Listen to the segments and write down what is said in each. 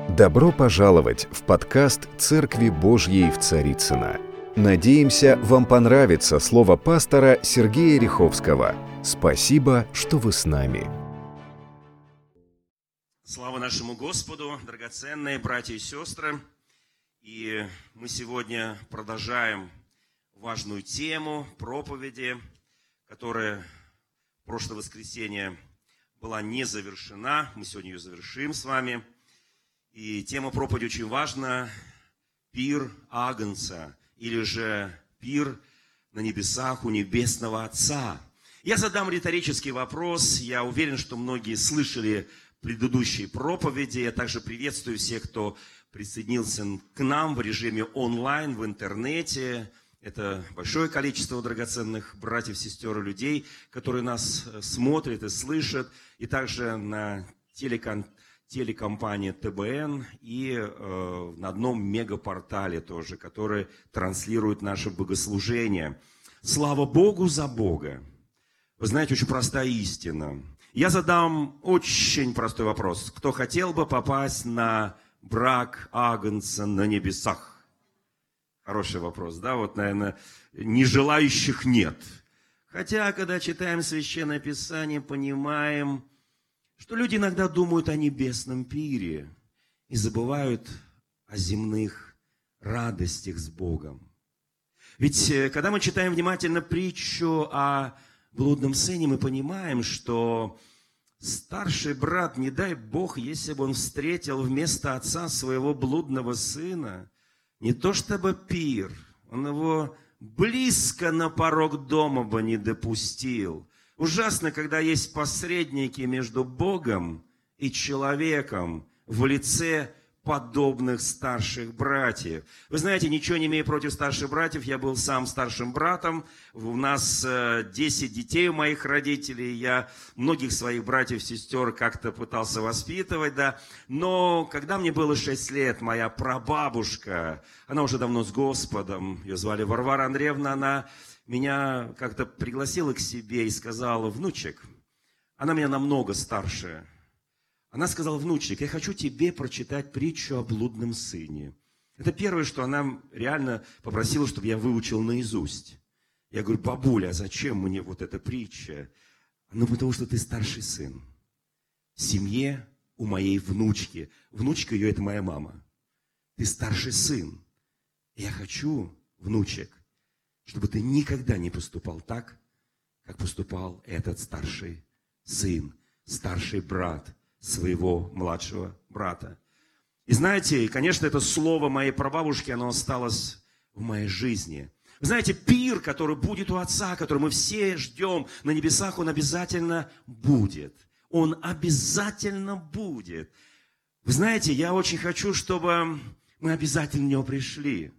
Добро пожаловать в подкаст «Церкви Божьей в Царицыно». Надеемся, вам понравится слово пастора Сергея Риховского. Спасибо, что вы с нами. Слава нашему Господу, драгоценные братья и сестры. И мы сегодня продолжаем важную тему проповеди, которая в прошлое воскресенье была не завершена. Мы сегодня ее завершим с вами. И тема проповеди очень важна. Пир Агнца, или же пир на небесах у Небесного Отца. Я задам риторический вопрос. Я уверен, что многие слышали предыдущие проповеди. Я также приветствую всех, кто присоединился к нам в режиме онлайн, в интернете. Это большое количество драгоценных братьев, сестер и людей, которые нас смотрят и слышат. И также на телекомпании ТБН и на одном мегапортале тоже, который транслирует наше богослужение. Слава Богу за Бога. Вы знаете, очень простая истина. Я задам очень простой вопрос. Кто хотел бы попасть на брак Агнца на небесах? Хороший вопрос, да? Вот, наверное, нежелающих нет. Хотя, когда читаем Священное Писание, понимаем, что люди иногда думают о небесном пире и забывают о земных радостях с Богом. Ведь, когда мы читаем внимательно притчу о блудном сыне, мы понимаем, что старший брат, не дай Бог, если бы он встретил вместо отца своего блудного сына, не то чтобы пир, он его близко на порог дома бы не допустил. Ужасно, когда есть посредники между Богом и человеком в лице подобных старших братьев. Вы знаете, ничего не имея против старших братьев, я был сам старшим братом. У нас 10 детей у моих родителей. Я многих своих братьев, сестер как-то пытался воспитывать, да. Но когда мне было 6 лет, моя прабабушка, она уже давно с Господом, ее звали Варвара Андреевна, она меня как-то пригласила к себе и сказала: внучек, она меня намного старше. Она сказала: внучек, я хочу тебе прочитать притчу о блудном сыне. Это первое, что она реально попросила, чтобы я выучил наизусть. Я говорю: бабуля, а зачем мне вот эта притча? Ну, потому что ты старший сын. В семье у моей внучки. Внучка ее – это моя мама. Ты старший сын. И я хочу, внучек, чтобы ты никогда не поступал так, как поступал этот старший сын, старший брат своего младшего брата. И знаете, конечно, это слово моей прабабушки, оно осталось в моей жизни. Вы знаете, пир, который будет у Отца, который мы все ждем на небесах, он обязательно будет. Он обязательно будет. Вы знаете, я очень хочу, чтобы мы обязательно в него пришли.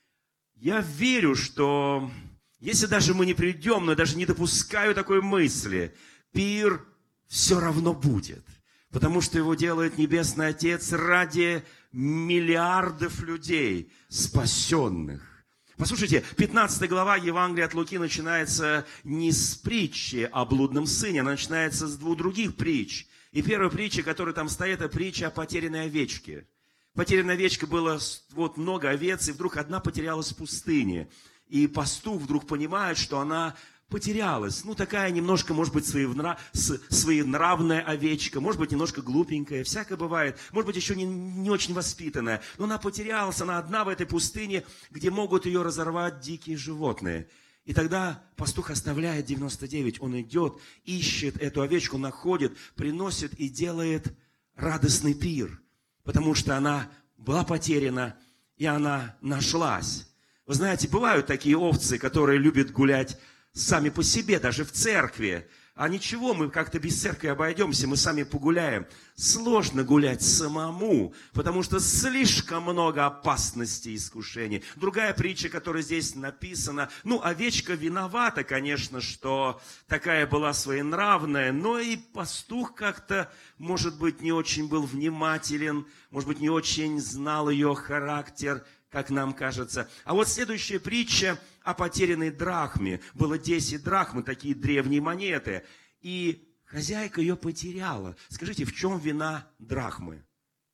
Я верю, что если даже мы не придем, но я даже не допускаю такой мысли, пир все равно будет. Потому что его делает Небесный Отец ради миллиардов людей, спасенных. Послушайте, 15 глава Евангелия от Луки начинается не с притчи о блудном сыне, она начинается с 2 других притч. И первая притча, которая там стоит, это притча о потерянной овечке. Потерянная овечка было вот много овец, и вдруг одна потерялась в пустыне. И пастух вдруг понимает, что она потерялась. Ну, такая немножко, может быть, своенравная овечка, может быть, немножко глупенькая, всякое бывает. Может быть, еще не очень воспитанная. Но она потерялась, она одна в этой пустыне, где могут ее разорвать дикие животные. И тогда пастух оставляет 99, он идет, ищет эту овечку, находит, приносит и делает радостный пир. Потому что она была потеряна, и она нашлась. Вы знаете, бывают такие овцы, которые любят гулять сами по себе, даже в церкви. А ничего, мы как-то без церкви обойдемся, мы сами погуляем. Сложно гулять самому, потому что слишком много опасностей и искушений. Другая притча, которая здесь написана, овечка виновата, конечно, что такая была своенравная, но и пастух как-то, может быть, не очень был внимателен, может быть, не очень знал ее характер, как нам кажется. А вот следующая притча о потерянной драхме. Было 10 драхм, такие древние монеты. И хозяйка ее потеряла. Скажите, в чем вина драхмы?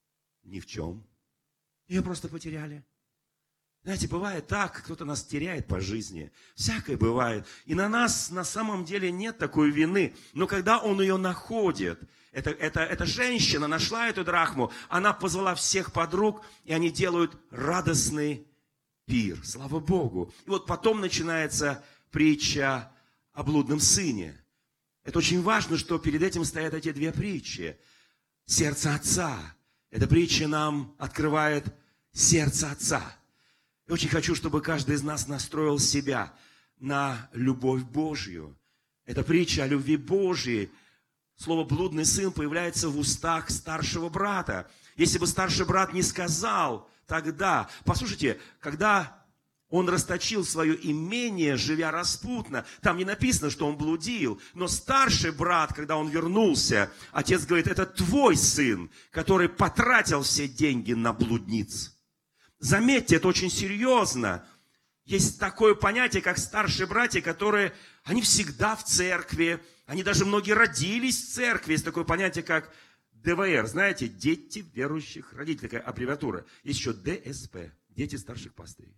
Ни в чем. Ее просто потеряли. Знаете, бывает так, кто-то нас теряет по жизни. Всякое бывает. И на нас на самом деле нет такой вины. Но когда он ее находит, эта женщина нашла эту драхму, она позвала всех подруг, и они делают радостный пир. Слава Богу. И вот потом начинается притча о блудном сыне. Это очень важно, что перед этим стоят эти две притчи. Сердце Отца. Эта притча нам открывает сердце Отца. Я очень хочу, чтобы каждый из нас настроил себя на любовь Божью. Это притча о любви Божьей. Слово «блудный сын» появляется в устах старшего брата. Если бы старший брат не сказал тогда... Послушайте, когда он расточил свое имение, живя распутно, там не написано, что он блудил. Но старший брат, когда он вернулся, отец говорит, это твой сын, который потратил все деньги на блудниц. Заметьте, это очень серьезно. Есть такое понятие, как старшие братья, которые, они всегда в церкви, они даже многие родились в церкви. Есть такое понятие, как ДВР, знаете, дети верующих родителей, такая аббревиатура. Есть еще ДСП, дети старших пастырей.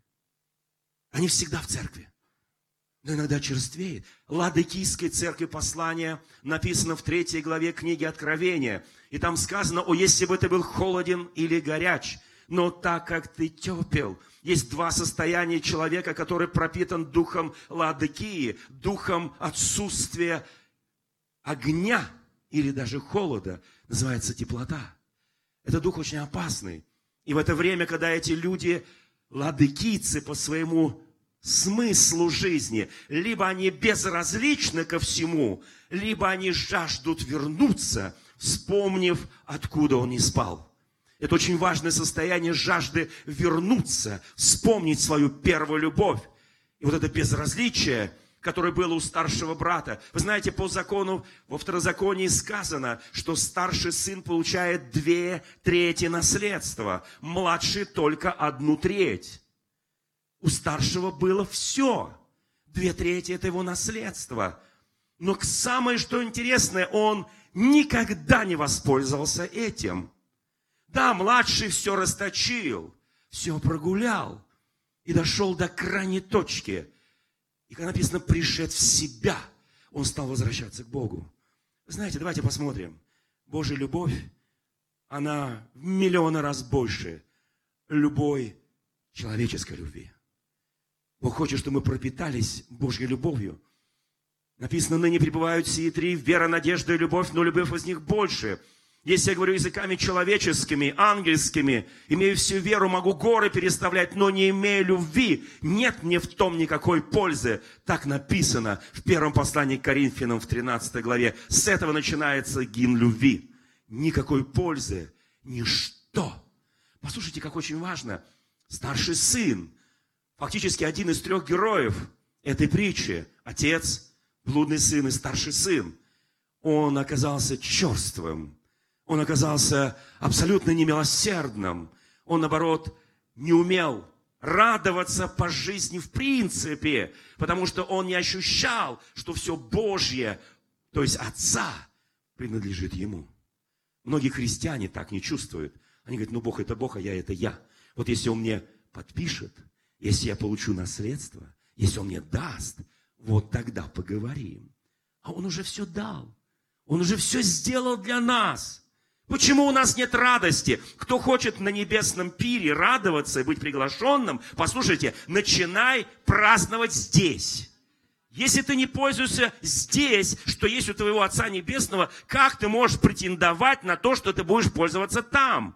Они всегда в церкви, но иногда черствеет. Ладыкийской церкви послание написано в 3 главе книги Откровения. И там сказано, о, если бы ты был холоден или горяч, но так как ты тепел. Есть два состояния человека, который пропитан духом Ладыкии, духом отсутствия огня или даже холода. Называется теплота. Это дух очень опасный. И в это время, когда эти люди, ладыкийцы по своему смыслу жизни, либо они безразличны ко всему, либо они жаждут вернуться, вспомнив, откуда он не спал. Это очень важное состояние жажды вернуться, вспомнить свою первую любовь. И вот это безразличие, которое было у старшего брата. Вы знаете, по закону, во Второзаконии сказано, что старший сын получает 2/3 наследства, младший только 1/3. У старшего было все. 2/3 это его наследство. Но самое, что интересное, он никогда не воспользовался этим. Да, младший все расточил, все прогулял и дошел до крайней точки. И когда написано «пришед в себя», он стал возвращаться к Богу. Вы знаете, давайте посмотрим. Божья любовь, она в миллионы раз больше любой человеческой любви. Бог хочет, чтобы мы пропитались Божьей любовью. Написано, ныне пребывают сии три, вера, надежда и любовь, но любовь из них больше. Если я говорю языками человеческими, ангельскими, имею всю веру, могу горы переставлять, но не имею любви, нет мне в том никакой пользы. Так написано в первом послании к Коринфянам в 13 главе. С этого начинается гимн любви. Никакой пользы, ничто. Послушайте, как очень важно. Старший сын, фактически один из 3 героев этой притчи, отец, блудный сын и старший сын, он оказался черствым. Он оказался абсолютно немилосердным. Он, наоборот, не умел радоваться по жизни в принципе, потому что он не ощущал, что все Божье, то есть Отца, принадлежит ему. Многие христиане так не чувствуют. Они говорят, ну Бог это Бог, а я это я. Вот если Он мне подпишет, если я получу наследство, если Он мне даст, вот тогда поговорим. А Он уже все дал. Он уже все сделал для нас. Почему у нас нет радости? Кто хочет на небесном пире радоваться и быть приглашенным, послушайте, начинай праздновать здесь. Если ты не пользуешься здесь, что есть у твоего Отца Небесного, как ты можешь претендовать на то, что ты будешь пользоваться там?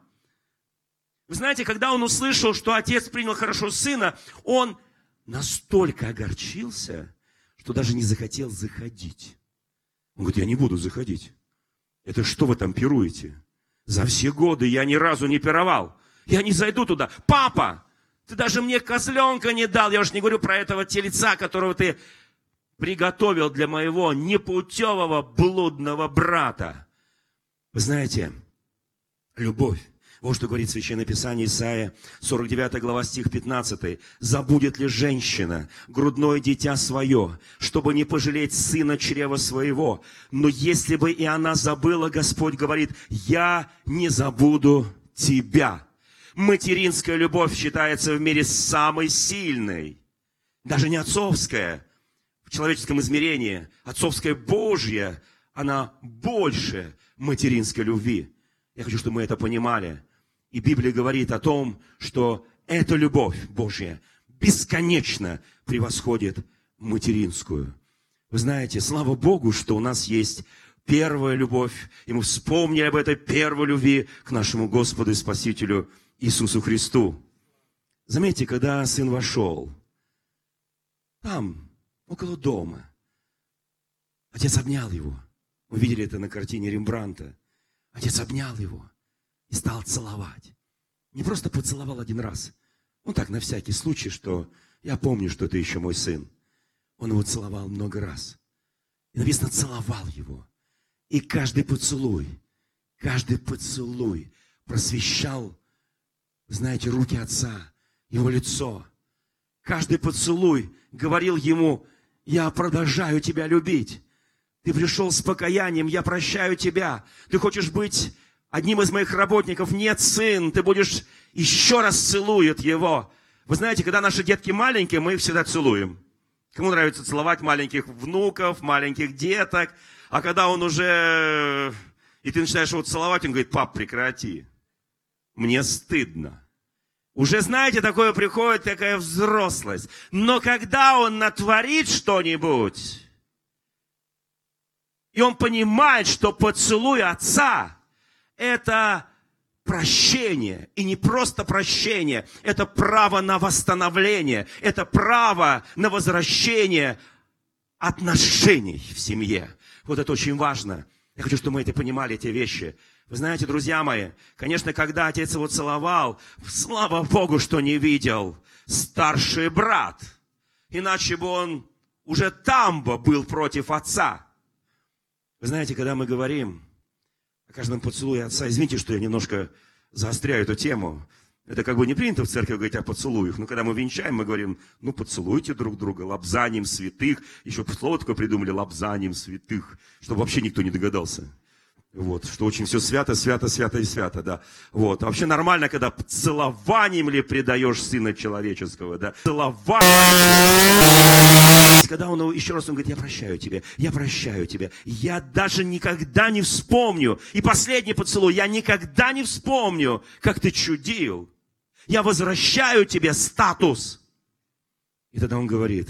Вы знаете, когда он услышал, что отец принял хорошо сына, он настолько огорчился, что даже не захотел заходить. Он говорит, я не буду заходить. Это что вы там пируете? За все годы я ни разу не пировал. Я не зайду туда. Папа, ты даже мне козленка не дал. Я уж не говорю про этого тельца, которого ты приготовил для моего непутевого блудного брата. Вы знаете, любовь. Вот что говорит Священное Писание, Исайя, 49 глава, стих 15. «Забудет ли женщина грудное дитя свое, чтобы не пожалеть сына чрева своего? Но если бы и она забыла, Господь говорит, я не забуду тебя. Материнская любовь считается в мире самой сильной. Даже не отцовская, в человеческом измерении. Отцовская Божья, она больше материнской любви. Я хочу, чтобы мы это понимали. И Библия говорит о том, что эта любовь Божья бесконечно превосходит материнскую. Вы знаете, слава Богу, что у нас есть первая любовь, и мы вспомнили об этой первой любви к нашему Господу и Спасителю Иисусу Христу. Заметьте, когда сын вошел, там, около дома, отец обнял его. Мы видели это на картине Рембрандта. Отец обнял его и стал целовать. Не просто поцеловал один раз. Ну так, на всякий случай, что я помню, что это еще мой сын. Он его целовал много раз. И написано, целовал его. И каждый поцелуй просвещал, знаете, руки отца, его лицо. Каждый поцелуй говорил ему, я продолжаю тебя любить. Ты пришел с покаянием, я прощаю тебя. Ты хочешь быть одним из моих работников? Нет, сын, ты будешь, еще раз целует его. Вы знаете, когда наши детки маленькие, мы их всегда целуем. Кому нравится целовать маленьких внуков, маленьких деток? А когда он уже, и ты начинаешь его целовать, он говорит, пап, прекрати. Мне стыдно. Уже, знаете, такое приходит, такая взрослость. Но когда он натворит что-нибудь, и он понимает, что поцелуй отца – это прощение. И не просто прощение, это право на восстановление, это право на возвращение отношений в семье. Вот это очень важно. Я хочу, чтобы мы это понимали, эти вещи. Вы знаете, друзья мои, конечно, когда отец его целовал, слава Богу, что не видел старший брат. Иначе бы он уже там бы был против отца. Вы знаете, когда мы говорим о каждом поцелуе отца, извините, что я немножко заостряю эту тему. Это как бы не принято в церкви говорить о поцелуях. Но когда мы венчаем, мы говорим, ну поцелуйте друг друга, лобзанием святых. Еще слово такое придумали, лобзанием святых, чтобы вообще никто не догадался. Вот, что очень все свято, свято, свято и свято, да. Вот, а вообще нормально, когда целованием ли предаешь Сына Человеческого, да. Целованием. Когда он еще раз, он говорит, я прощаю тебя, я прощаю тебя. Я даже никогда не вспомню. И последний поцелуй, я никогда не вспомню, как ты чудил. Я возвращаю тебе статус. И тогда он говорит,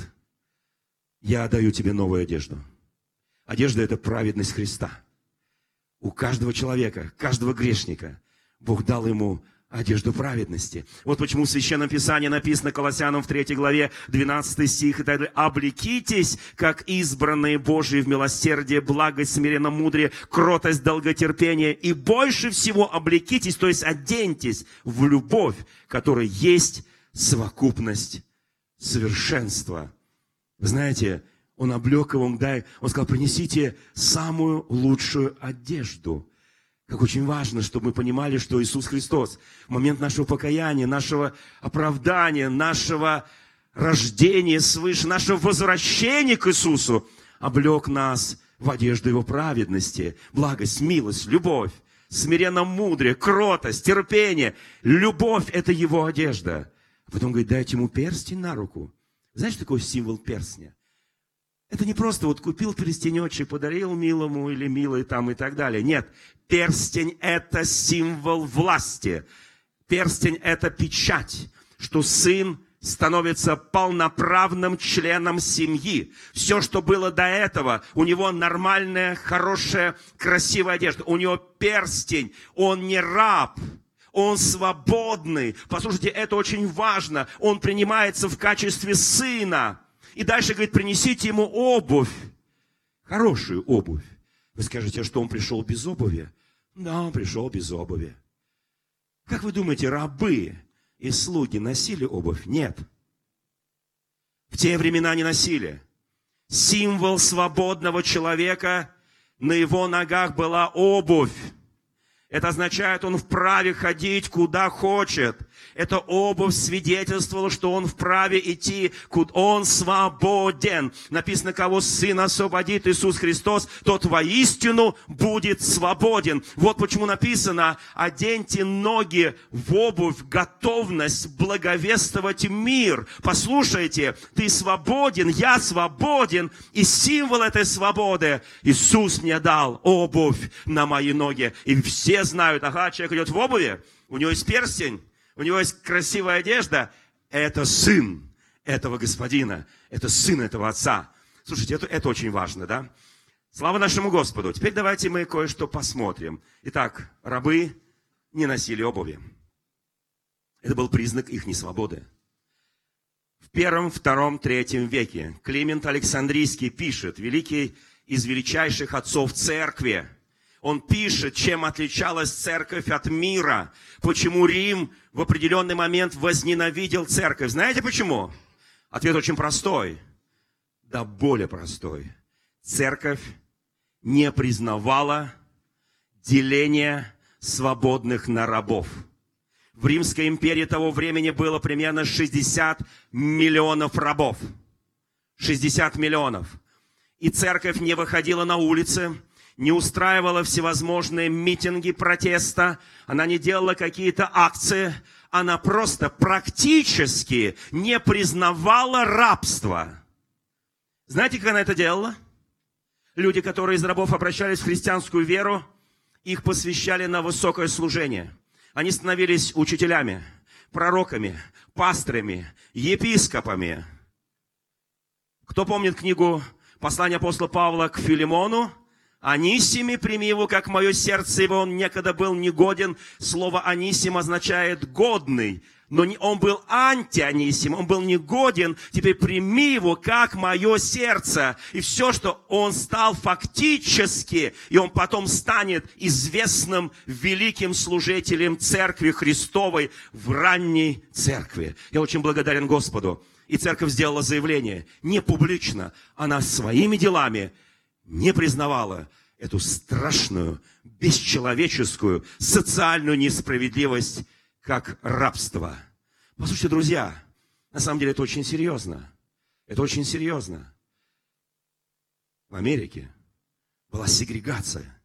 я даю тебе новую одежду. Одежда – это праведность Христа. У каждого человека, каждого грешника Бог дал ему одежду праведности. Вот почему в Священном Писании написано Колоссянам в 3 главе, 12 стих и так далее. «Облекитесь, как избранные Божии в милосердие, благость, смиренно-мудрее, кротость, долготерпение, и больше всего облекитесь, то есть оденьтесь в любовь, которая есть совокупность совершенства». Вы знаете, он облег его, он сказал, принесите самую лучшую одежду. Как очень важно, чтобы мы понимали, что Иисус Христос в момент нашего покаяния, нашего оправдания, нашего рождения свыше, нашего возвращения к Иисусу, облег нас в одежду Его праведности, благость, милость, любовь, смиренно-мудрее, кротость, терпение. Любовь – это Его одежда. А потом говорит, дайте Ему перстень на руку. Знаешь, что такое символ перстня? Это не просто вот купил перстенечек, подарил милому или милой там и так далее. Нет, перстень – это символ власти. Перстень – это печать, что сын становится полноправным членом семьи. Все, что было до этого, у него нормальная, хорошая, красивая одежда. У него перстень, он не раб. Он свободный. Послушайте, это очень важно. Он принимается в качестве сына. И дальше говорит, принесите ему обувь. Хорошую обувь. Вы скажете, что он пришел без обуви? Да, он пришел без обуви. Как вы думаете, рабы и слуги носили обувь? Нет. В те времена не носили. Символ свободного человека, на его ногах была обувь. Это означает, он вправе ходить куда хочет. Эта обувь свидетельствовала, что он вправе идти, куда он свободен. Написано, кого Сын освободит, Иисус Христос, тот воистину будет свободен. Вот почему написано: оденьте ноги в обувь, готовность благовествовать мир. Послушайте, ты свободен, я свободен, и символ этой свободы: Иисус мне дал обувь на мои ноги. И все знают: ага, человек идет в обуви, у него есть перстень, у него есть красивая одежда. Это сын этого господина, это сын этого отца. Слушайте, это очень важно, да? Слава нашему Господу. Теперь давайте мы кое-что посмотрим. Итак, рабы не носили обуви. Это был признак их несвободы. В 1, 2, 3 веке Климент Александрийский пишет, великий из величайших отцов церкви. Он пишет, чем отличалась церковь от мира, почему Рим в определенный момент возненавидел церковь. Знаете почему? Ответ очень простой, да более простой. Церковь не признавала деления свободных на рабов. В Римской империи того времени было примерно 60 миллионов рабов. 60 миллионов. И церковь не выходила на улицы, не устраивала всевозможные митинги протеста, она не делала какие-то акции, она просто практически не признавала рабство. Знаете, как она это делала? Люди, которые из рабов обращались в христианскую веру, их посвящали на высокое служение. Они становились учителями, пророками, пастырями, епископами. Кто помнит книгу «Послание апостола Павла к Филимону»? «Анисими, прими его, как мое сердце, ибо он некогда был негоден». Слово «анисим» означает «годный». Но он был антианисим, он был негоден. Теперь прими его, как мое сердце. И все, что он стал фактически, и он потом станет известным великим служителем Церкви Христовой в ранней церкви. Я очень благодарен Господу. И церковь сделала заявление, не публично, она своими делами не признавала эту страшную, бесчеловеческую, социальную несправедливость, как рабство. Послушайте, друзья, на самом деле это очень серьезно. Это очень серьезно. В Америке была сегрегация,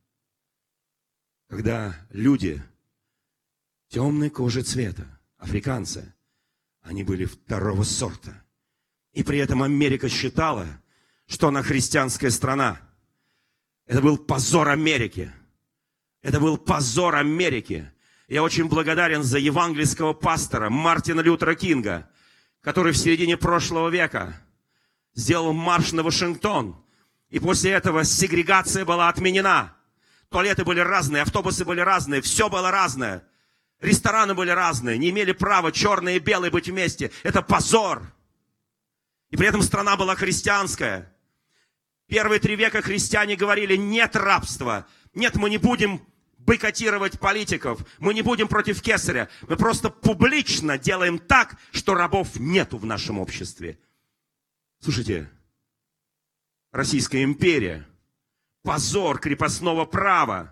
когда люди темной кожи цвета, африканцы, они были второго сорта. И при этом Америка считала, что она христианская страна. Это был позор Америки. Это был позор Америки. Я очень благодарен за евангельского пастора Мартина Лютера Кинга, который в середине прошлого века сделал марш на Вашингтон. И после этого сегрегация была отменена. Туалеты были разные, автобусы были разные, все было разное. Рестораны были разные, не имели права черные и белые быть вместе. Это позор. И при этом страна была христианская. Первые 3 века христиане говорили: нет рабства, нет, мы не будем бойкотировать политиков, мы не будем против кесаря, мы просто публично делаем так, что рабов нету в нашем обществе. Слушайте, Российская империя, позор крепостного права,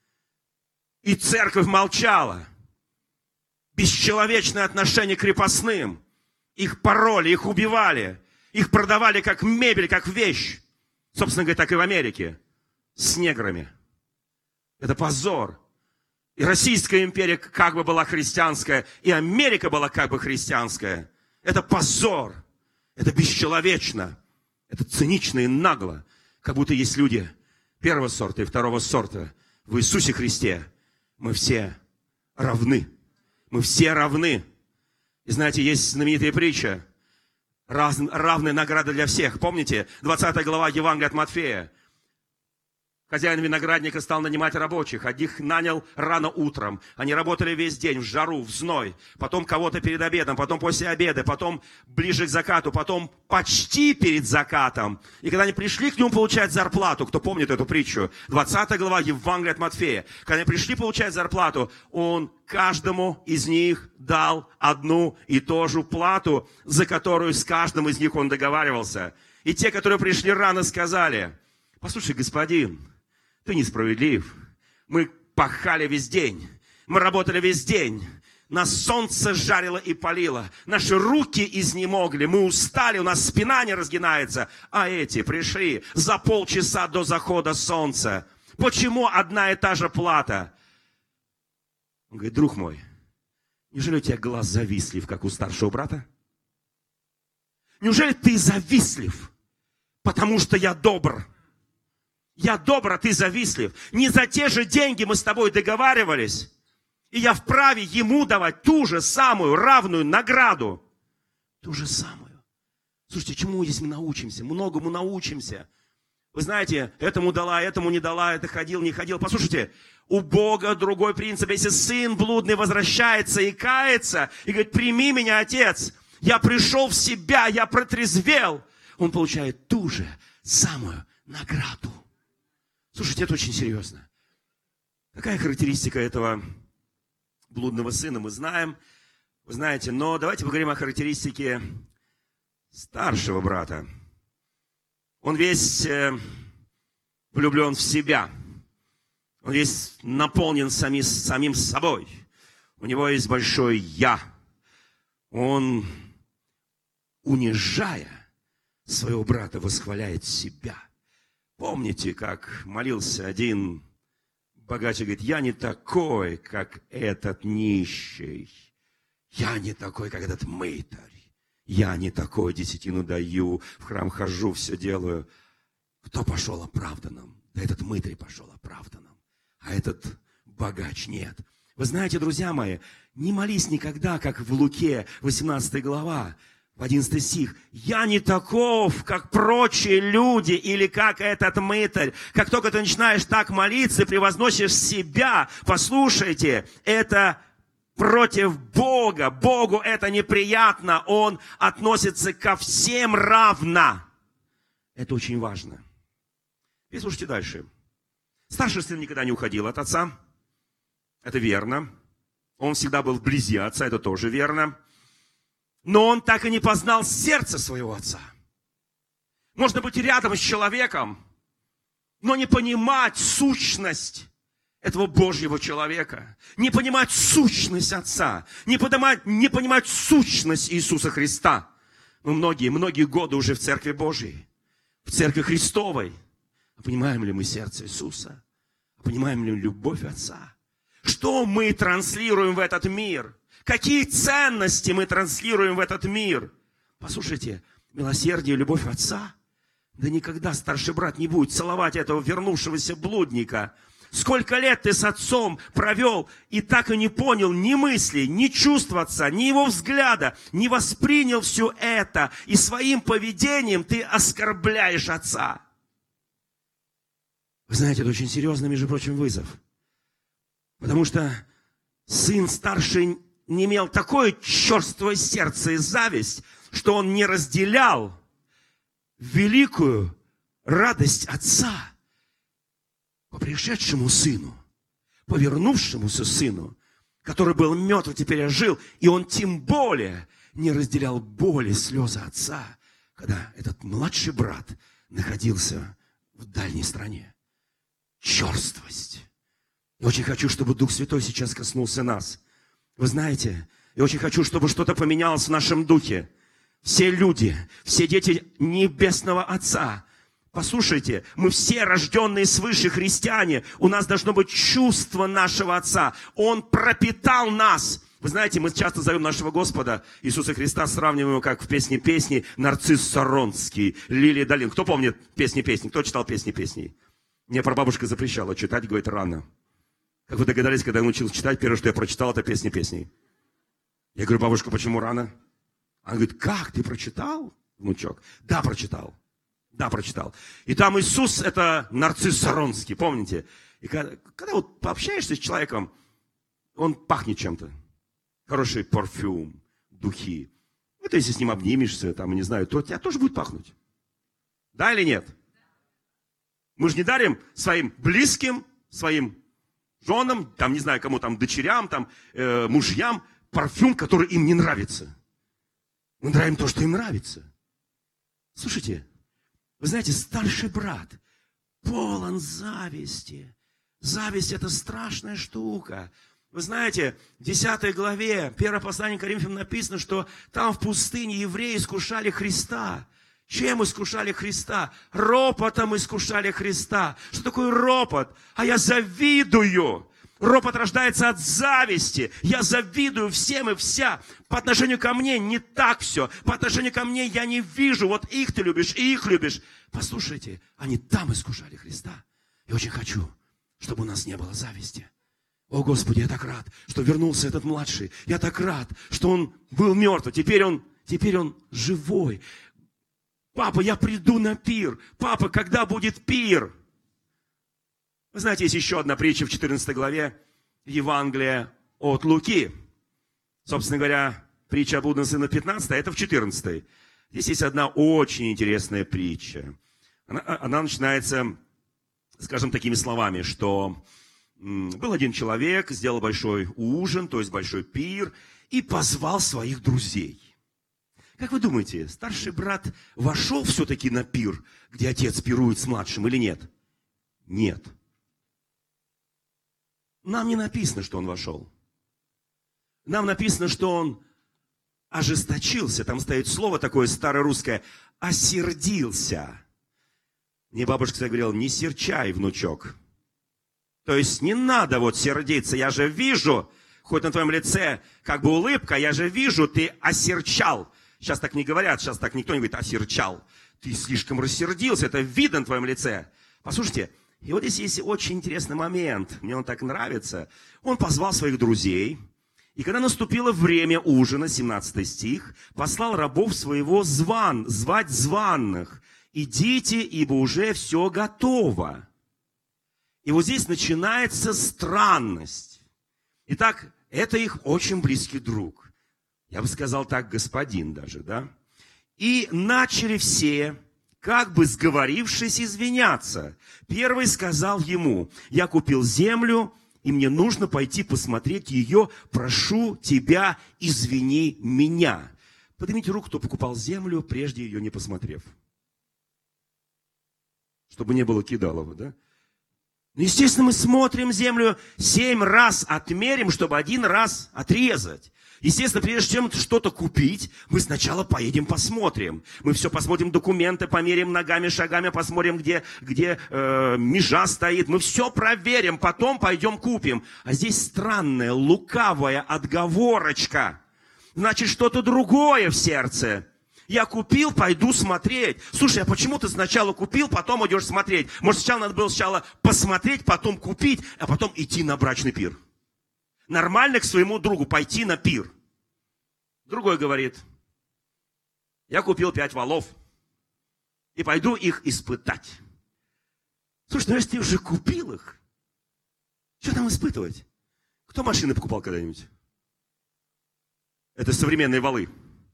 и церковь молчала. Бесчеловечное отношение к крепостным, их пороли, их убивали, их продавали как мебель, как вещь. Собственно говоря, так и в Америке. С неграми. Это позор. И Российская империя как бы была христианская, и Америка была как бы христианская. Это позор. Это бесчеловечно. Это цинично и нагло. Как будто есть люди первого сорта и второго сорта. В Иисусе Христе мы все равны. Мы все равны. И знаете, есть знаменитая притча. Равная награда для всех. Помните? 20 глава Евангелия от Матфея. Хозяин виноградника стал нанимать рабочих. Одних нанял рано утром. Они работали весь день в жару, в зной. Потом кого-то перед обедом, потом после обеда, потом ближе к закату, потом почти перед закатом. И когда они пришли к нему получать зарплату, кто помнит эту притчу, 20 глава Евангелия от Матфея. Когда они пришли получать зарплату, он каждому из них дал одну и ту же плату, за которую с каждым из них он договаривался. И те, которые пришли рано, сказали: послушай, господин, ты несправедлив. Мы пахали весь день. Мы работали весь день. Нас солнце жарило и палило. Наши руки изнемогли. Мы устали, у нас спина не разгинается. А эти пришли за полчаса до захода солнца. Почему одна и та же плата? Он говорит, друг мой, неужели у тебя глаз завистлив, как у старшего брата? Неужели ты завистлив, потому что я добр? Я добр, а ты завистлив. Не за те же деньги мы с тобой договаривались. И я вправе ему давать ту же самую равную награду. Ту же самую. Слушайте, чему здесь мы научимся? Многому научимся. Вы знаете, этому дала, этому не дала, это ходил, не ходил. Послушайте, у Бога другой принцип. Если сын блудный возвращается и кается, и говорит, прими меня, отец, я пришел в себя, я протрезвел, он получает ту же самую награду. Слушайте, это очень серьезно. Какая характеристика этого блудного сына, мы знаем. Вы знаете, но давайте поговорим о характеристике старшего брата. Он весь влюблен в себя. Он весь наполнен самим собой. У него есть большое «я». Он, унижая своего брата, восхваляет себя. Помните, как молился один богач, говорит, я не такой, как этот нищий. Я не такой, как этот мытарь. Я не такой, десятину даю, в храм хожу, все делаю. Кто пошел оправданным? Да этот мытарь пошел оправданным. А этот богач нет. Вы знаете, друзья мои, не молись никогда, как в Луке, 18 глава, в 11 стих. Я не таков, как прочие люди, или как этот мытарь. Как только ты начинаешь так молиться и превозносишь себя, послушайте, это против Бога. Богу это неприятно. Он относится ко всем равно. Это очень важно. И слушайте дальше. Старший сын никогда не уходил от отца. Это верно. Он всегда был вблизи отца. Это тоже верно. Но он так и не познал сердце своего отца. Можно быть рядом с человеком, но не понимать сущность этого Божьего человека, не понимать сущность Отца, не понимать сущность Иисуса Христа. Мы многие годы уже в Церкви Божьей, в Церкви Христовой. Понимаем ли мы сердце Иисуса? Понимаем ли любовь Отца? Что мы транслируем в этот мир? Какие ценности мы транслируем в этот мир? Послушайте, милосердие и любовь Отца, да никогда старший брат не будет целовать этого вернувшегося блудника. Сколько лет ты с отцом провел и так и не понял ни мысли, ни чувств отца, ни его взгляда, не воспринял все это. И своим поведением ты оскорбляешь отца. Вы знаете, это очень серьезный, между прочим, вызов. Потому что сын старший не имел такое черствое сердце и зависть, что он не разделял великую радость отца по пришедшему сыну, по вернувшемуся сыну, который был мертв, и теперь ожил, и он тем более не разделял боли, слезы отца, когда этот младший брат находился в дальней стране. Черствость. Я очень хочу, чтобы Дух Святой сейчас коснулся нас. Вы знаете, я очень хочу, чтобы что-то поменялось в нашем духе. Все люди, все дети Небесного Отца, послушайте, мы все рожденные свыше христиане, у нас должно быть чувство нашего Отца. Он пропитал нас. Вы знаете, мы часто зовем нашего Господа Иисуса Христа, сравниваем его, как в песне песни, Нарцисс Саронский, Лилия Долин. Кто помнит песни песни? Кто читал песни песней? Мне прабабушка запрещала читать, говорит, рано. Как вы догадались, когда я научился читать, первое, что я прочитал, это песни песней. Я говорю, бабушка, почему рано? Она говорит, как, ты прочитал, внучок? Да, прочитал. Да, прочитал. И там Иисус, это Нарцисс Саронский, помните? И когда вот пообщаешься с человеком, он пахнет чем-то. Хороший парфюм, духи. Вот если с ним обнимешься, там, не знаю, то тебя тоже будет пахнуть. Да или нет? Мы же не дарим своим близким, своим женам, там, не знаю, кому там, дочерям, там, мужьям, парфюм, который им не нравится. Мы дарим то, что им нравится. Слушайте, вы знаете, старший брат полон зависти. Зависть – это страшная штука. Вы знаете, в 10 главе 1 послания к Коринфянам написано, что там в пустыне евреи искушали Христа. Чем искушали Христа? Ропотом искушали Христа. Что такое ропот? А я завидую. Ропот рождается от зависти. Я завидую всем и вся. По отношению ко мне не так все. По отношению ко мне я не вижу. Вот их ты любишь, и их любишь. Послушайте, они там искушали Христа. Я очень хочу, чтобы у нас не было зависти. О, Господи, я так рад, что вернулся этот младший. Я так рад, что он был мертв. Теперь он живой. Папа, я приду на пир. Папа, когда будет пир? Вы знаете, есть еще одна притча в 14 главе Евангелия от Луки. Собственно говоря, притча о блудном сыне 15, а это в 14. Здесь есть одна очень интересная притча. Она начинается, скажем, такими словами, что был один человек, сделал большой ужин, то есть большой пир, и позвал своих друзей. Как вы думаете, старший брат вошел все-таки на пир, где отец пирует с младшим, или нет? Нет. Нам не написано, что он вошел. Нам написано, что он ожесточился. Там стоит слово такое старорусское «осердился». Мне бабушка всегда говорила: не серчай, внучок. То есть не надо вот сердиться. Я же вижу, хоть на твоем лице как бы улыбка, я же вижу, ты осерчал. Сейчас так не говорят, сейчас так никто не говорит осерчал. Ты слишком рассердился, это видно на твоем лице. Послушайте, и вот здесь есть очень интересный момент. Мне он так нравится. Он позвал своих друзей. И когда наступило время ужина, 17 стих, послал рабов своего звать званных. Идите, ибо уже все готово. И вот здесь начинается странность. Итак, это их очень близкий друг. Я бы сказал так, господин даже, да? И начали все, как бы сговорившись, извиняться. Первый сказал ему: я купил землю, и мне нужно пойти посмотреть ее. Прошу тебя, извини меня. Поднимите руку, кто покупал землю, прежде ее не посмотрев. Чтобы не было кидалова, да? Ну, естественно, мы смотрим землю 7 раз, отмерим, чтобы 1 раз отрезать. Естественно, прежде чем что-то купить, мы сначала поедем посмотрим. Мы все посмотрим, документы, померим ногами, шагами, посмотрим, где межа стоит. Мы все проверим, потом пойдем купим. А здесь странная, лукавая отговорочка. Значит, что-то другое в сердце. Я купил, пойду смотреть. Слушай, а почему ты сначала купил, потом идешь смотреть? Может, сначала надо было посмотреть, потом купить, а потом идти на брачный пир? Нормально к своему другу пойти на пир. Другой говорит: я купил 5 волов и пойду их испытать. Слушай, ну если ты уже купил их, что там испытывать? Кто машины покупал когда-нибудь? Это современные валы.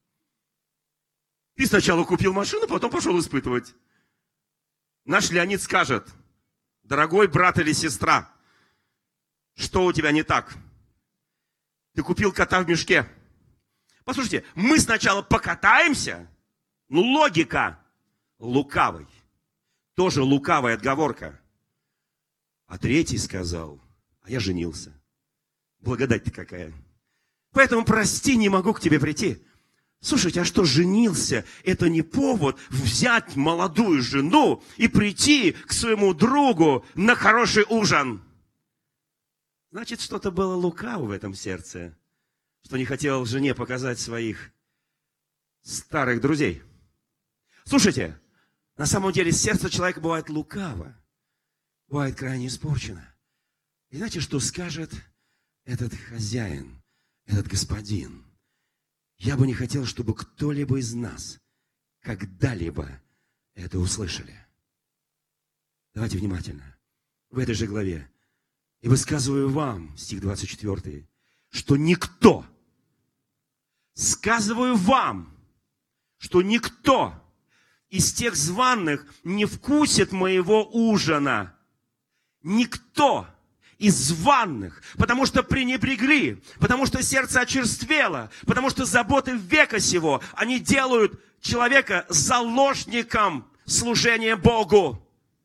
Ты сначала купил машину, потом пошел испытывать. Наш Леонид скажет: дорогой брат или сестра, что у тебя не так? Ты купил кота в мешке. Послушайте, мы сначала покатаемся. Ну, логика лукавой. Тоже лукавая отговорка. А третий сказал: а я женился. Благодать-то какая. Поэтому, прости, не могу к тебе прийти. Слушайте, а что, женился? Это не повод взять молодую жену и прийти к своему другу на хороший ужин. Значит, что-то было лукаво в этом сердце, что не хотел жене показать своих старых друзей. Слушайте, на самом деле сердце человека бывает лукаво, бывает крайне испорчено. И знаете, что скажет этот хозяин, этот господин? Я бы не хотел, чтобы кто-либо из нас когда-либо это услышали. Давайте внимательно. В этой же главе. И высказываю вам, стих 24, что никто, сказываю вам, что никто из тех званых не вкусит моего ужина. Никто из званых, потому что пренебрегли, потому что сердце очерствело, потому что заботы века сего, они делают человека заложником служения Богу.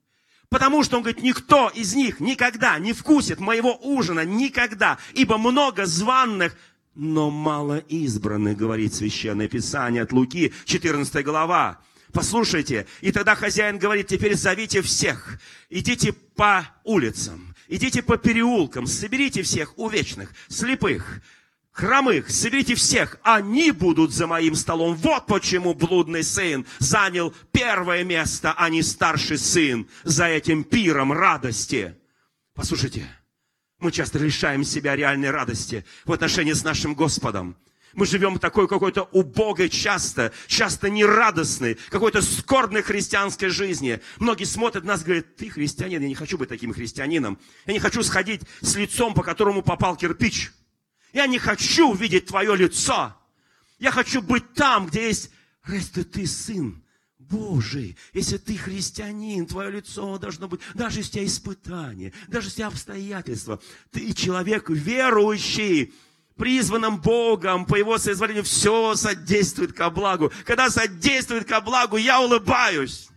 Потому что он говорит, никто из них никогда не вкусит моего ужина, никогда. Ибо много званных, но мало избранных, говорит Священное Писание от Луки, 14 глава. Послушайте, и тогда хозяин говорит, теперь зовите всех, идите по улицам, идите по переулкам, соберите всех увечных, слепых, хромых, соберите всех, они будут за моим столом. Вот почему блудный сын занял первое место, а не старший сын за этим пиром радости. Послушайте, мы часто лишаем себя реальной радости в отношении с нашим Господом. Мы живем в такой какой-то убогой, часто нерадостной, какой-то скорбной христианской жизни. Многие смотрят на нас и говорят, ты христианин, я не хочу быть таким христианином. Я не хочу сходить с лицом, по которому попал кирпич. Я не хочу видеть твое лицо. Я хочу быть там, где есть, если ты сын Божий, если ты христианин, твое лицо должно быть, даже если у тебя испытания, даже если у тебя обстоятельства, ты человек верующий, призванным Богом, по Его соизволению, все содействует ко благу. Когда содействует ко благу, я улыбаюсь.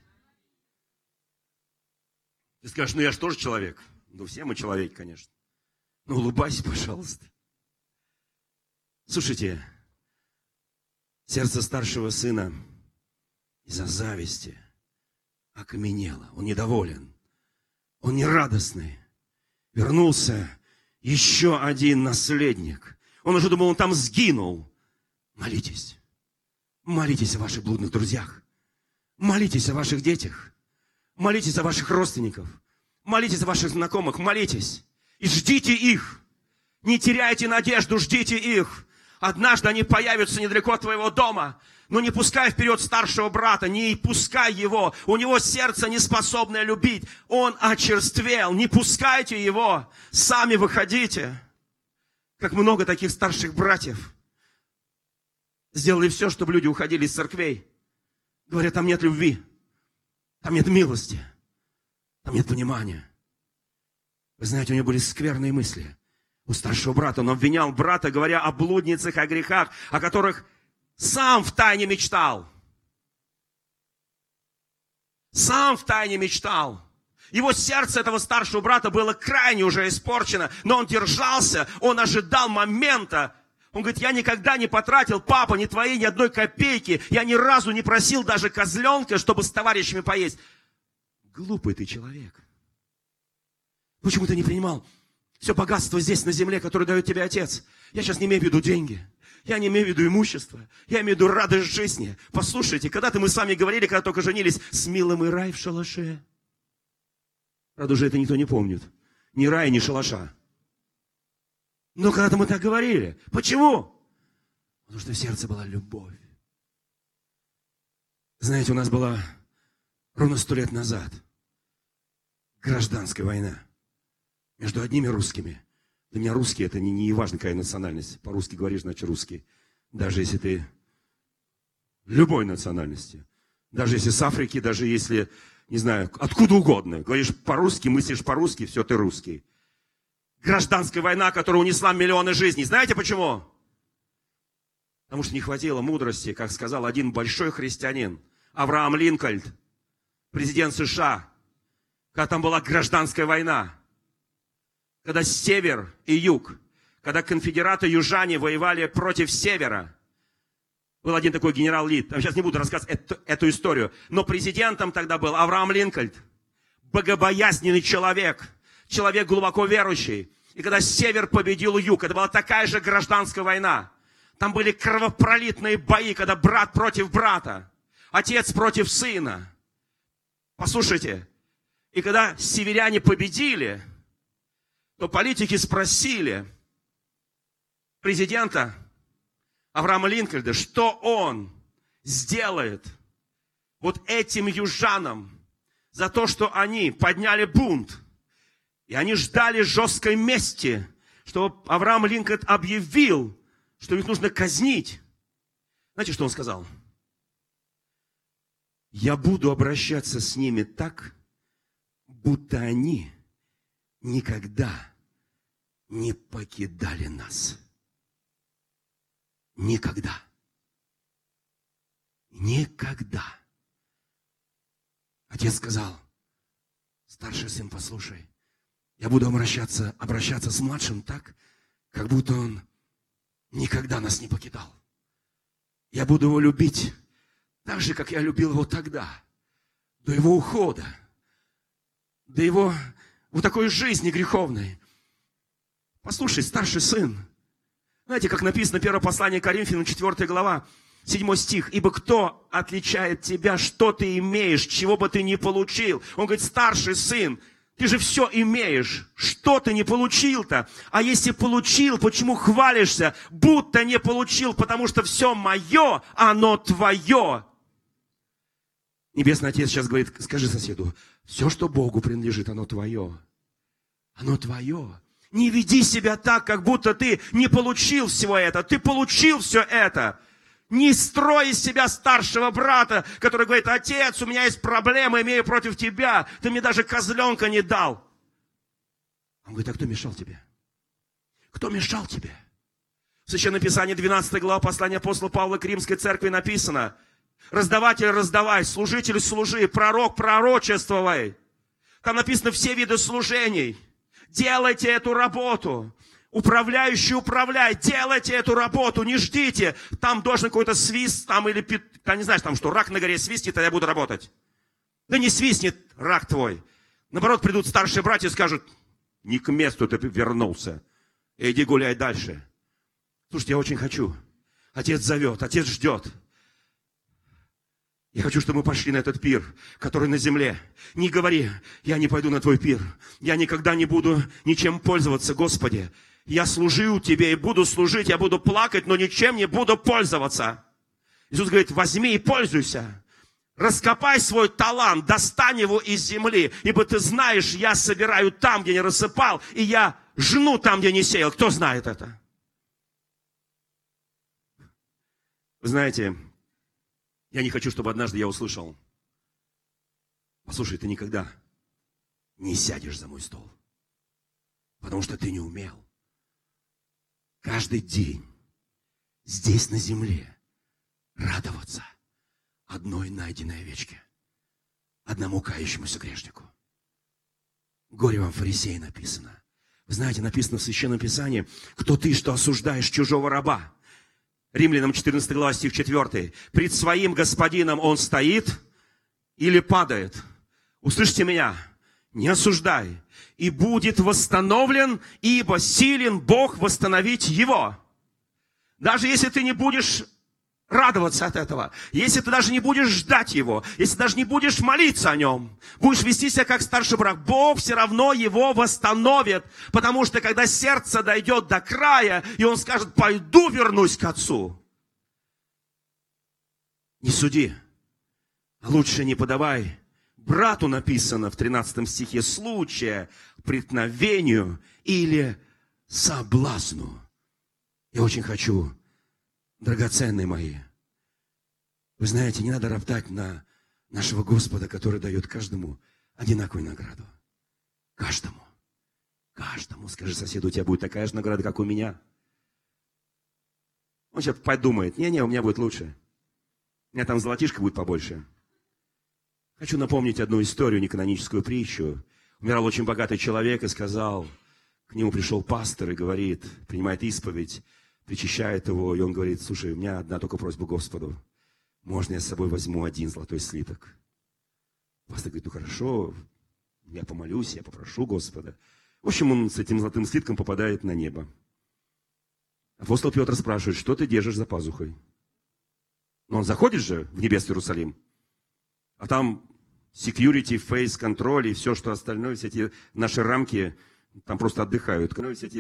Ты скажешь, я же тоже человек. Все мы человеки, конечно. Улыбайся, пожалуйста. Слушайте, сердце старшего сына из-за зависти окаменело. Он недоволен. Он нерадостный. Вернулся еще один наследник. Он уже думал, он там сгинул. Молитесь. Молитесь о ваших блудных друзьях. Молитесь о ваших детях. Молитесь о ваших родственниках. Молитесь о ваших знакомых. Молитесь. И ждите их. Не теряйте надежду, ждите их. Однажды они появятся недалеко от твоего дома. Но не пускай вперед старшего брата, не пускай его. У него сердце не способное любить. Он очерствел. Не пускайте его. Сами выходите. Как много таких старших братьев сделали все, чтобы люди уходили из церквей. Говорят, там нет любви, там нет милости, там нет понимания. Вы знаете, у него были скверные мысли. У старшего брата он обвинял брата, говоря о блудницах, о грехах, о которых сам втайне мечтал. Сам втайне мечтал. Его сердце этого старшего брата было крайне уже испорчено, но он держался, он ожидал момента. Он говорит, я никогда не потратил, папа, ни твоей, ни одной копейки. Я ни разу не просил даже козленка, чтобы с товарищами поесть. Глупый ты человек. Почему ты не принимал все богатство здесь, на земле, которое дает тебе Отец? Я сейчас не имею в виду деньги. Я не имею в виду имущество. Я имею в виду радость жизни. Послушайте, когда-то мы с вами говорили, когда только женились, с милым и рай в шалаше. Правда, уже это никто не помнит. Ни рая, ни шалаша. Но когда-то мы так говорили. Почему? Потому что в сердце была любовь. Знаете, у нас была ровно 100 лет назад гражданская война между одними русскими. Для меня русский это не важно, какая национальность. По-русски говоришь, значит русский. Даже если ты любой национальности. Даже если с Африки, даже если, не знаю, откуда угодно. Говоришь по-русски, мыслишь по-русски, все, ты русский. Гражданская война, которая унесла миллионы жизней. Знаете почему? Потому что не хватило мудрости, как сказал один большой христианин, Авраам Линкольн, президент США, когда там была гражданская война. Когда север и юг, когда конфедераты-южане воевали против севера. Был один такой генерал Ли. Сейчас не буду рассказывать эту историю. Но президентом тогда был Авраам Линкольн. Богобоязненный человек. Человек глубоко верующий. И когда север победил юг, это была такая же гражданская война. Там были кровопролитные бои, когда брат против брата. Отец против сына. Послушайте. И когда северяне победили, то политики спросили президента Авраама Линкольна, что он сделает вот этим южанам за то, что они подняли бунт. И они ждали жесткой мести, чтобы Авраам Линкольн объявил, что их нужно казнить. Знаете, что он сказал? Я буду обращаться с ними так, будто они никогда не покидали нас. Никогда. Никогда. Отец сказал, Старший сын, послушай, я буду обращаться с младшим так, как будто он никогда нас не покидал. Я буду его любить так же, как я любил его тогда, до его ухода, до его вот такой жизни греховной. Послушай, старший сын, знаете, как написано первое послание Коринфянам, 4 глава, 7 стих. «Ибо кто отличает тебя, что ты имеешь, чего бы ты ни получил?» Он говорит, старший сын, ты же все имеешь. Что ты не получил-то? А если получил, почему хвалишься, будто не получил? Потому что все мое, оно твое. Небесный Отец сейчас говорит, скажи соседу, все, что Богу принадлежит, оно твое. Оно твое. Не веди себя так, как будто ты не получил всего этого. Ты получил все это. Не строй из себя старшего брата, который говорит, отец, у меня есть проблемы, имею против тебя. Ты мне даже козленка не дал. Он говорит, а кто мешал тебе? Кто мешал тебе? В Священном Писании 12 глава послания апостола Павла к Римской церкви написано, раздаватель раздавай, служитель служи, пророк пророчествуй. Там написано все виды служений. Делайте эту работу. Управляющий управляй, делайте эту работу, не ждите. Там должен какой-то свист, там или, ты не знаешь, там что, рак на горе свистнет, а я буду работать. Да не свистнет рак твой. Наоборот, придут старшие братья и скажут, не к месту ты вернулся. Иди гуляй дальше. Слушайте, я очень хочу. Отец зовет, отец ждет. Я хочу, чтобы мы пошли на этот пир, который на земле. Не говори, я не пойду на твой пир. Я никогда не буду ничем пользоваться, Господи. Я служу тебе и буду служить, я буду плакать, но ничем не буду пользоваться. Иисус говорит, возьми и пользуйся. Раскопай свой талант, достань его из земли. Ибо ты знаешь, я собираю там, где не рассыпал, и я жну там, где не сеял. Кто знает это? Вы знаете, я не хочу, чтобы однажды я услышал, послушай, ты никогда не сядешь за мой стол, потому что ты не умел. Каждый день здесь на земле радоваться одной найденной овечке, одному кающемуся грешнику. Горе вам, фарисеи, написано. Вы знаете, написано в Священном Писании, кто ты, что осуждаешь чужого раба? Римлянам 14 глава, стих 4. Пред своим господином он стоит или падает. Услышьте меня, не осуждай. И будет восстановлен, ибо силен Бог восстановить его. Даже если ты не будешь радоваться от этого, если ты даже не будешь ждать его, если даже не будешь молиться о нем, будешь вести себя как старший брат, Бог все равно его восстановит, потому что когда сердце дойдет до края, и он скажет, пойду вернусь к отцу. Не суди, а лучше не подавай брату, написано в 13 стихе, случая, преткновению или соблазну. Я очень хочу, драгоценные мои, вы знаете, не надо роптать на нашего Господа, который дает каждому одинаковую награду. Каждому. Каждому. Скажи соседу, у тебя будет такая же награда, как у меня. Он сейчас подумает, не-не, у меня будет лучше. У меня там золотишко будет побольше. Хочу напомнить одну историю, неканоническую притчу. Умирал очень богатый человек и сказал, к нему пришел пастор и говорит, принимает исповедь, причащает его, и он говорит, слушай, у меня одна только просьба Господу. Можно я с собой возьму один золотой слиток? Пастор говорит, ну хорошо, я помолюсь, я попрошу Господа. В общем, он с этим золотым слитком попадает на небо. Апостол Петр спрашивает, что ты держишь за пазухой? Но он заходит же в небесный Иерусалим, а там security, face, контроль и все, что остальное, все эти наши рамки, там просто отдыхают.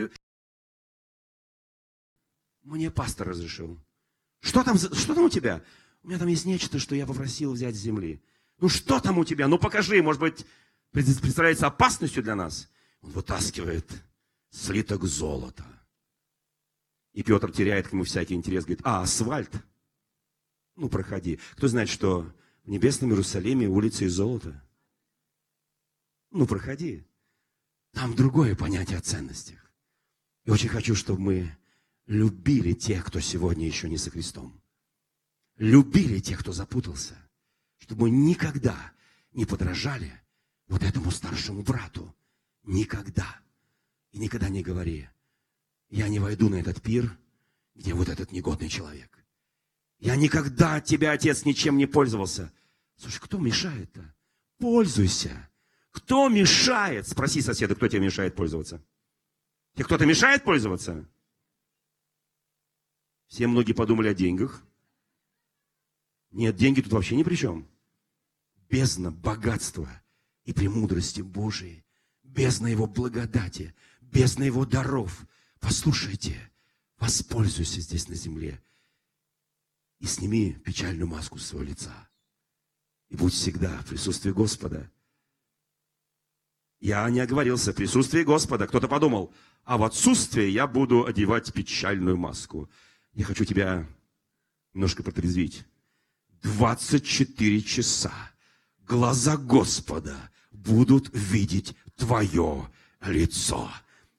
Мне пастор разрешил. Что там у тебя? У меня там есть нечто, что я попросил взять с земли. Ну что там у тебя? Ну покажи, может быть, представляется опасностью для нас. Он вытаскивает слиток золота. И Петр теряет к нему всякий интерес, говорит, асфальт? Ну проходи. Кто знает, что в небесном Иерусалиме улицы из золота? Ну проходи. Там другое понятие о ценностях. И очень хочу, чтобы мы любили тех, кто сегодня еще не со Христом. Любили тех, кто запутался. Чтобы мы никогда не подражали вот этому старшему брату никогда и никогда не говори: я не войду на этот пир, где вот этот негодный человек. Я никогда от тебя, отец, ничем не пользовался. Слушай, кто мешает-то? Пользуйся. Кто мешает? Спроси соседа, кто тебе мешает пользоваться. Тебе кто-то мешает пользоваться? Все многие подумали о деньгах. Нет, деньги тут вообще ни при чем. Бездна богатства и премудрости Божией, бездна Его благодати, бездна Его даров. Послушайте, воспользуйся здесь на земле и сними печальную маску с своего лица. И будь всегда в присутствии Господа. Я не оговорился, в присутствии Господа. Кто-то подумал, а в отсутствии я буду одевать печальную маску. Я хочу тебя немножко протрезвить. 24 часа глаза Господа будут видеть твое лицо.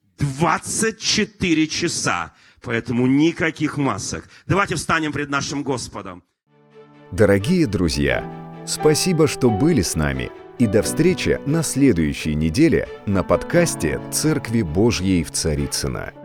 24 часа. Поэтому никаких масок. Давайте встанем пред нашим Господом. Дорогие друзья, спасибо, что были с нами. И до встречи на следующей неделе на подкасте «Церкви Божьей в Царицыно».